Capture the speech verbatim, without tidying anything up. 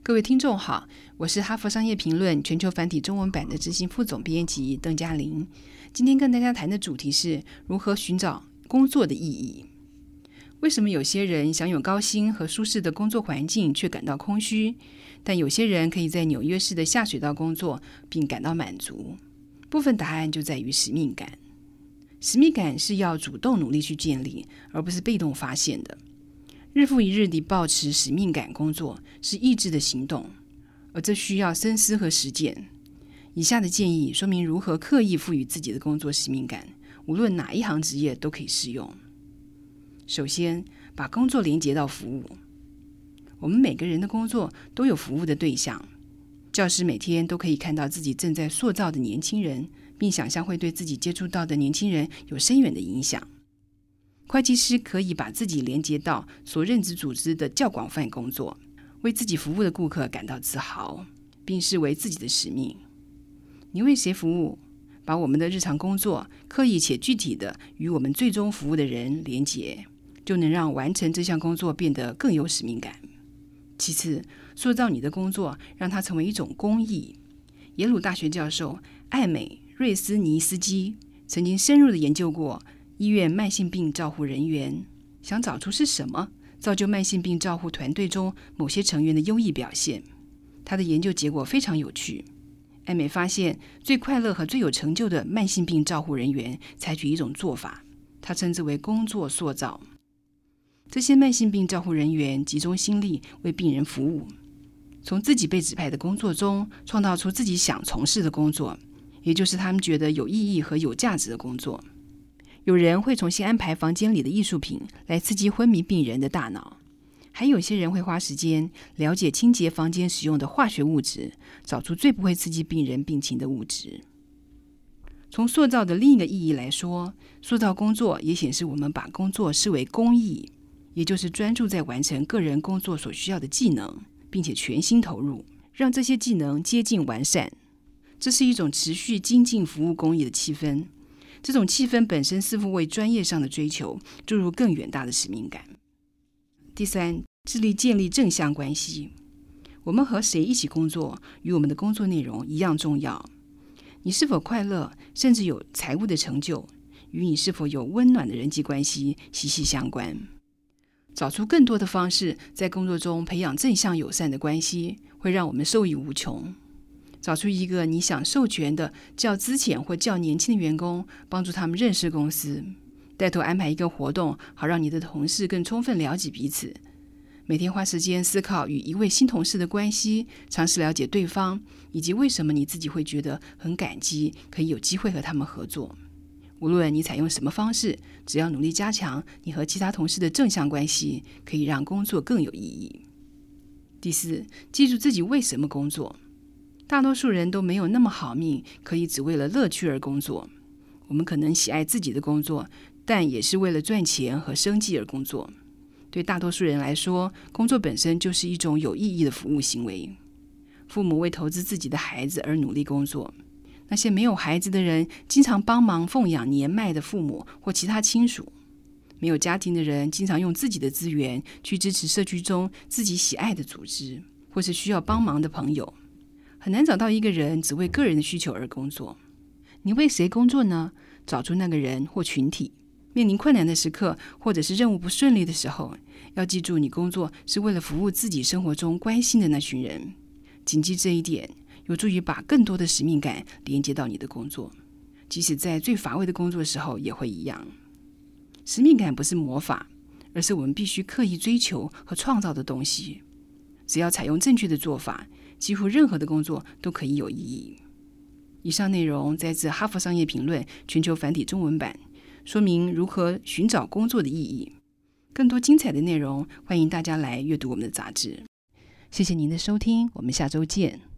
各位听众好，我是哈佛商业评论全球繁体中文版的执行副总编辑邓嘉玲。今天跟大家谈的主题是如何寻找工作的意义。为什么有些人享有高薪和舒适的工作环境却感到空虚，但有些人可以在纽约市的下水道工作并感到满足？部分答案就在于使命感。使命感是要主动努力去建立，而不是被动发现的。日复一日地保持使命感工作是意志的行动，而这需要深思和实践。以下的建议说明如何刻意赋予自己的工作使命感，无论哪一行职业都可以适用。首先，把工作连结到服务。我们每个人的工作都有服务的对象。教师每天都可以看到自己正在塑造的年轻人，并想象会对自己接触到的年轻人有深远的影响。会计师可以把自己连接到所任职组织的较广泛工作，为自己服务的顾客感到自豪，并视为自己的使命。你为谁服务？把我们的日常工作刻意且具体的与我们最终服务的人连结，就能让完成这项工作变得更有使命感。其次，塑造你的工作，让它成为一种公益。耶鲁大学教授艾美·瑞斯尼斯基曾经深入地研究过医院慢性病照护人员，想找出是什么造就慢性病照护团队中某些成员的优异表现。他的研究结果非常有趣。艾美发现，最快乐和最有成就的慢性病照护人员采取一种做法，他称之为工作塑造。这些慢性病照护人员集中心力为病人服务，从自己被指派的工作中创造出自己想从事的工作，也就是他们觉得有意义和有价值的工作。有人会重新安排房间里的艺术品来刺激昏迷病人的大脑，还有些人会花时间了解清洁房间使用的化学物质，找出最不会刺激病人病情的物质。从塑造的另一个意义来说，塑造工作也显示我们把工作视为公益，也就是专注在完成个人工作所需要的技能，并且全心投入，让这些技能接近完善。这是一种持续精进服务公益的气氛。这种气氛本身似乎为专业上的追求注入更远大的使命感。第三，致力建立正向关系。我们和谁一起工作，与我们的工作内容一样重要。你是否快乐，甚至有财务的成就，与你是否有温暖的人际关系息息相关。找出更多的方式，在工作中培养正向友善的关系，会让我们受益无穷。找出一个你想授权的较资浅或较年轻的员工，帮助他们认识公司，带头安排一个活动，好让你的同事更充分了解彼此。每天花时间思考与一位新同事的关系，尝试了解对方，以及为什么你自己会觉得很感激，可以有机会和他们合作。无论你采用什么方式，只要努力加强你和其他同事的正向关系，可以让工作更有意义。第四，记住自己为什么工作。大多数人都没有那么好命，可以只为了乐趣而工作。我们可能喜爱自己的工作，但也是为了赚钱和生计而工作。对大多数人来说，工作本身就是一种有意义的服务行为。父母为投资自己的孩子而努力工作。那些没有孩子的人，经常帮忙奉养年迈的父母或其他亲属。没有家庭的人，经常用自己的资源去支持社区中自己喜爱的组织，或是需要帮忙的朋友。很难找到一个人只为个人的需求而工作。你为谁工作呢？找出那个人或群体。面临困难的时刻，或者是任务不顺利的时候，要记住你工作是为了服务自己生活中关心的那群人。谨记这一点，有助于把更多的使命感连接到你的工作，即使在最乏味的工作的时候也会一样。使命感不是魔法，而是我们必须刻意追求和创造的东西。只要采用正确的做法，几乎任何的工作都可以有意义。以上内容摘自《哈佛商业评论》全球繁体中文版，说明如何寻找工作的意义。更多精彩的内容，欢迎大家来阅读我们的杂志。谢谢您的收听，我们下周见。